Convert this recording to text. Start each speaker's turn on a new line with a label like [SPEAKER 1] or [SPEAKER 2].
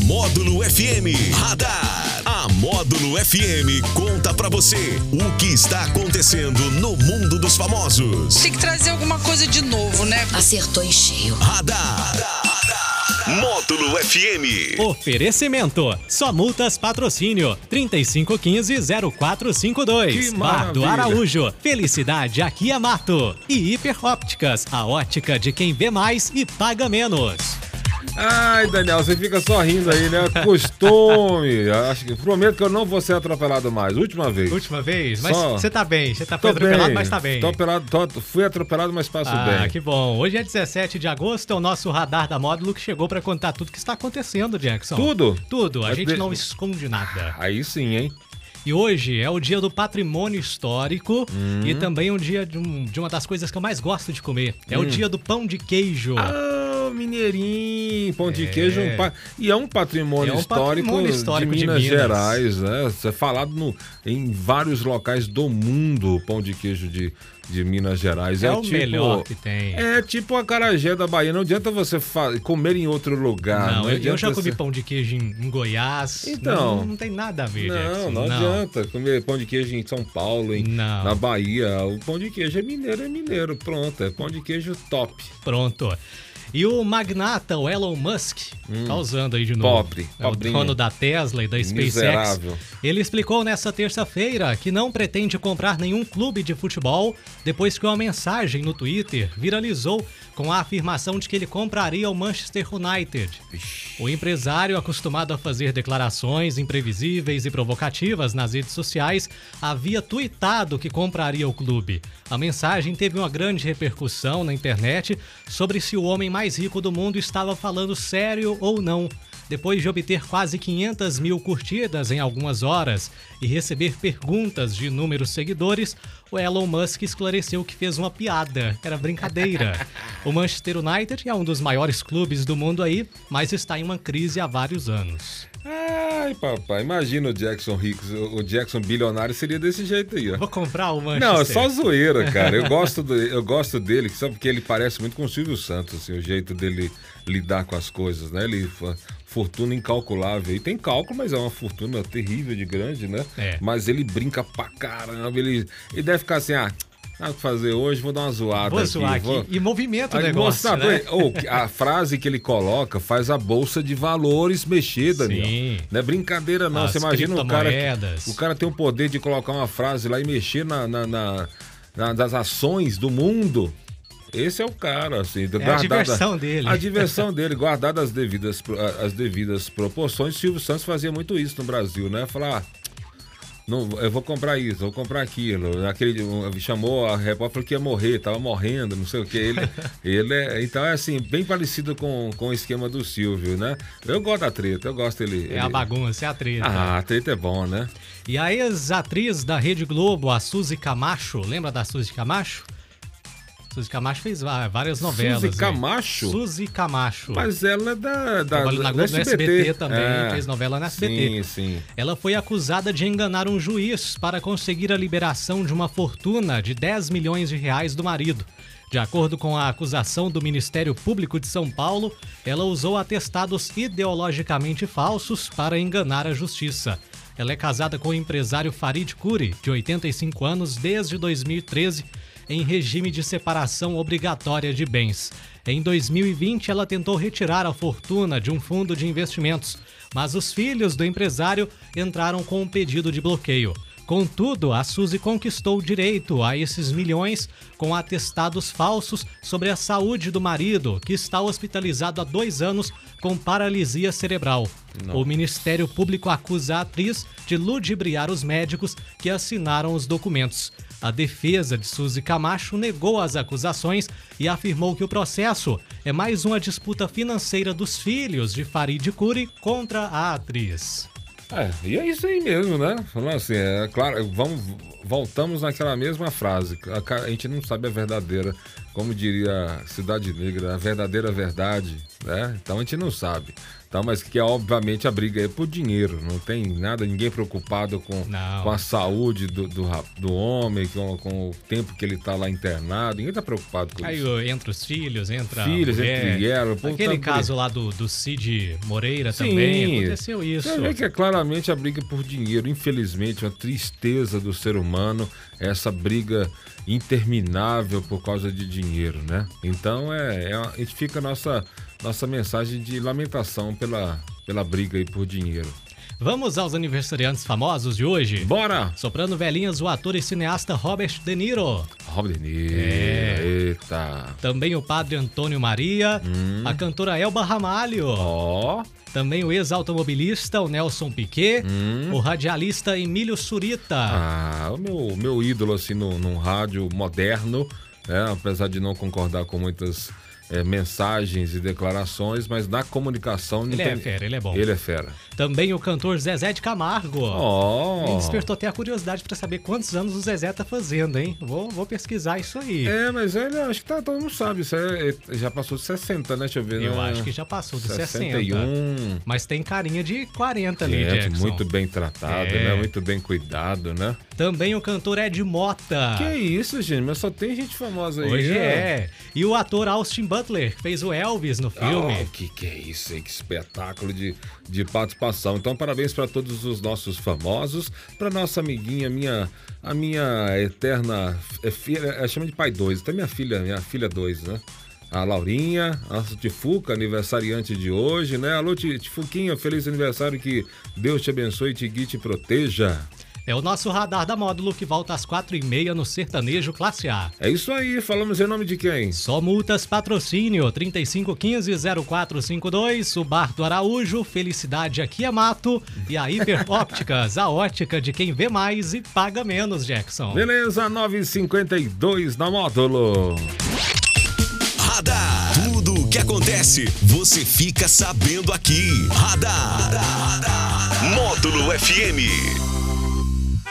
[SPEAKER 1] Módulo FM Radar. A Módulo FM conta pra você o que está acontecendo no mundo dos famosos.
[SPEAKER 2] Tem que trazer alguma coisa de novo, né?
[SPEAKER 3] Acertou em cheio.
[SPEAKER 1] Radar. Módulo FM.
[SPEAKER 4] Oferecimento. Só Multas Patrocínio. 3515-0452.
[SPEAKER 5] Que
[SPEAKER 4] Bar do
[SPEAKER 5] maravilha.
[SPEAKER 4] Araújo. Felicidade aqui é mato. E Hiper Ópticas. A ótica de quem vê mais e paga menos.
[SPEAKER 5] Ai, Daniel, você fica só rindo aí, né? Costume. Prometo que eu não vou ser atropelado mais. Última vez.
[SPEAKER 4] Última vez? Mas
[SPEAKER 5] Só.
[SPEAKER 4] você tá bem. Você foi
[SPEAKER 5] Tô
[SPEAKER 4] atropelado,
[SPEAKER 5] bem.
[SPEAKER 4] mas tá bem.
[SPEAKER 5] Fui atropelado, mas passo bem.
[SPEAKER 4] Que bom. Hoje é 17 de agosto, é o nosso Radar da Módulo que chegou pra contar tudo que está acontecendo, Jackson.
[SPEAKER 5] Tudo?
[SPEAKER 4] Tudo. A
[SPEAKER 5] Mas
[SPEAKER 4] gente não esconde nada.
[SPEAKER 5] Aí sim, hein?
[SPEAKER 4] E hoje é o dia do patrimônio histórico e também um dia de uma das coisas que eu mais gosto de comer. É o dia do pão de queijo.
[SPEAKER 5] Ah, mineirinho, pão de queijo. E é um patrimônio, histórico de Minas Gerais, né? Isso é falado em vários locais do mundo, o pão de queijo de Minas Gerais.
[SPEAKER 4] É o melhor que tem.
[SPEAKER 5] É tipo a acarajé da Bahia. Não adianta você comer em outro lugar.
[SPEAKER 4] Não, eu
[SPEAKER 5] adianta
[SPEAKER 4] já comi pão de queijo em Goiás.
[SPEAKER 5] Então,
[SPEAKER 4] não tem nada a ver, Jackson.
[SPEAKER 5] Não adianta comer pão de queijo em São Paulo, na Bahia. O pão de queijo é mineiro. Pronto, é pão de queijo top.
[SPEAKER 4] Pronto. E o magnata, o Elon Musk, tá usando aí de novo. O dono da Tesla e da SpaceX.
[SPEAKER 5] Miserável.
[SPEAKER 4] Ele explicou nessa terça-feira que não pretende comprar nenhum clube de futebol depois que uma mensagem no Twitter viralizou com a afirmação de que ele compraria o Manchester United. O empresário, acostumado a fazer declarações imprevisíveis e provocativas nas redes sociais, havia tuitado que compraria o clube. A mensagem teve uma grande repercussão na internet sobre se o homem mais rico do mundo estava falando sério ou não. Depois de obter quase 500 mil curtidas em algumas horas e receber perguntas de inúmeros seguidores, o Elon Musk esclareceu que fez uma piada, era brincadeira. O Manchester United é um dos maiores clubes do mundo aí, mas está em uma crise há vários anos.
[SPEAKER 5] Ai, papai, imagina o Jackson rico, o Jackson bilionário seria desse jeito aí, ó.
[SPEAKER 4] Vou comprar o Manchester.
[SPEAKER 5] Não, é só zoeira, cara. Eu gosto dele, sabe, porque ele parece muito com o Silvio Santos, assim, o jeito dele lidar com as coisas, né? Fortuna incalculável. E tem cálculo, mas é uma fortuna terrível de grande, né? Mas ele brinca pra caramba, ele deve ficar assim, nada o que fazer hoje, vou dar uma zoada
[SPEAKER 4] Vou zoar aqui. E movimento o negócio, né?
[SPEAKER 5] A frase que ele coloca faz a bolsa de valores mexer, Daniel.
[SPEAKER 4] Sim.
[SPEAKER 5] Não é brincadeira, não. Você imagina o cara tem o poder de colocar uma frase lá e mexer nas ações do mundo. Esse é o cara, assim.
[SPEAKER 4] A diversão dele.
[SPEAKER 5] A diversão dele, guardada as devidas proporções. Silvio Santos fazia muito isso no Brasil, né? Falar, não, eu vou comprar isso, vou comprar aquilo. Chamou a repórter, falou que ia morrer, tava morrendo, não sei o que. Então é assim, bem parecido com o esquema do Silvio, né? Eu gosto da treta, eu gosto dele.
[SPEAKER 4] A bagunça, é a treta.
[SPEAKER 5] A treta é bom, né?
[SPEAKER 4] E a ex-atriz da Rede Globo, a Suzy Camacho, lembra da Suzy Camacho? Suzy Camacho fez várias novelas.
[SPEAKER 5] Suzy Camacho?
[SPEAKER 4] Suzy Camacho.
[SPEAKER 5] Mas ela é da
[SPEAKER 4] Globo, no SBT também, fez novela na SBT.
[SPEAKER 5] Sim.
[SPEAKER 4] Ela foi acusada de enganar um juiz para conseguir a liberação de uma fortuna de 10 milhões de reais do marido. De acordo com a acusação do Ministério Público de São Paulo, ela usou atestados ideologicamente falsos para enganar a justiça. Ela é casada com o empresário Farid Kuri, de 85 anos, desde 2013, em regime de separação obrigatória de bens. Em 2020, ela tentou retirar a fortuna de um fundo de investimentos, mas os filhos do empresário entraram com um pedido de bloqueio. Contudo, a Suzy conquistou direito a esses milhões com atestados falsos sobre a saúde do marido, que está hospitalizado há 2 anos com paralisia cerebral. O Ministério Público acusa a atriz de ludibriar os médicos que assinaram os documentos. A defesa de Suzy Camacho negou as acusações e afirmou que o processo é mais uma disputa financeira dos filhos de Farid Kuri contra a atriz.
[SPEAKER 5] E é isso aí mesmo, né? Falando assim, é claro, voltamos naquela mesma frase. A gente não sabe a verdadeira, como diria Cidade Negra, a verdadeira verdade, né? Então a gente não sabe. Então, mas que obviamente a briga é por dinheiro, não tem nada, ninguém preocupado com a saúde do homem, com o tempo que ele está lá internado, ninguém está preocupado com isso.
[SPEAKER 4] Aí entra os filhos, entra
[SPEAKER 5] filhos,
[SPEAKER 4] a mulher.
[SPEAKER 5] entre ela.
[SPEAKER 4] Aquele caso lá do Cid Moreira também, aconteceu isso.
[SPEAKER 5] Você vê que é claramente a briga por dinheiro, infelizmente, uma tristeza do ser humano, essa briga interminável por causa de dinheiro, né? Então, a gente fica a nossa mensagem de lamentação pela briga aí por dinheiro.
[SPEAKER 4] Vamos aos aniversariantes famosos de hoje?
[SPEAKER 5] Bora!
[SPEAKER 4] Soprando velhinhas, o ator e cineasta Robert De Niro.
[SPEAKER 5] Robert De Niro, eita!
[SPEAKER 4] Também o padre Antônio Maria, a cantora Elba Ramalho. Também o ex-automobilista, o Nelson Piquet, o radialista Emílio Surita.
[SPEAKER 5] O meu ídolo, assim, num rádio moderno, apesar de não concordar com muitas mensagens e declarações, mas na comunicação...
[SPEAKER 4] Ele é fera, ele é bom.
[SPEAKER 5] Ele é fera.
[SPEAKER 4] Também o cantor Zezé de Camargo. Me despertou até a curiosidade para saber quantos anos o Zezé tá fazendo, hein? Vou pesquisar isso aí.
[SPEAKER 5] Mas ele, acho que todo mundo sabe, isso já passou de 60, né? Deixa eu ver.
[SPEAKER 4] Eu acho que já passou de
[SPEAKER 5] 61.
[SPEAKER 4] 60. Mas tem carinha de 40 ali, Jackson.
[SPEAKER 5] Muito bem tratado, né? Muito bem cuidado, né?
[SPEAKER 4] Também o cantor Ed Mota.
[SPEAKER 5] Que isso, gente? Mas só tem gente famosa aí.
[SPEAKER 4] Hoje E o ator Austin Butler, que fez o Elvis no filme.
[SPEAKER 5] Que é isso, hein? Que espetáculo de participação. Então, parabéns para todos os nossos famosos. Para nossa amiguinha, a minha eterna filha, chama de pai 2, até minha filha 2, né? A Laurinha, a nossa Tifuca, aniversariante de hoje, né? Alô, Tifuquinha, feliz aniversário, que Deus te abençoe, te guie, te proteja.
[SPEAKER 4] É o nosso Radar da Módulo, que volta às 4h30 no Sertanejo Classe A.
[SPEAKER 5] É isso aí, falamos em nome de quem?
[SPEAKER 4] Só Multas Patrocínio, 3515-0452, o Bar do Araújo, Felicidade Aqui é Mato e a Hiper Ópticas, a ótica de quem vê mais e paga menos, Jackson.
[SPEAKER 5] Beleza, 9h52 na Módulo.
[SPEAKER 1] Radar. Tudo o que acontece, você fica sabendo aqui. Radar. Módulo FM.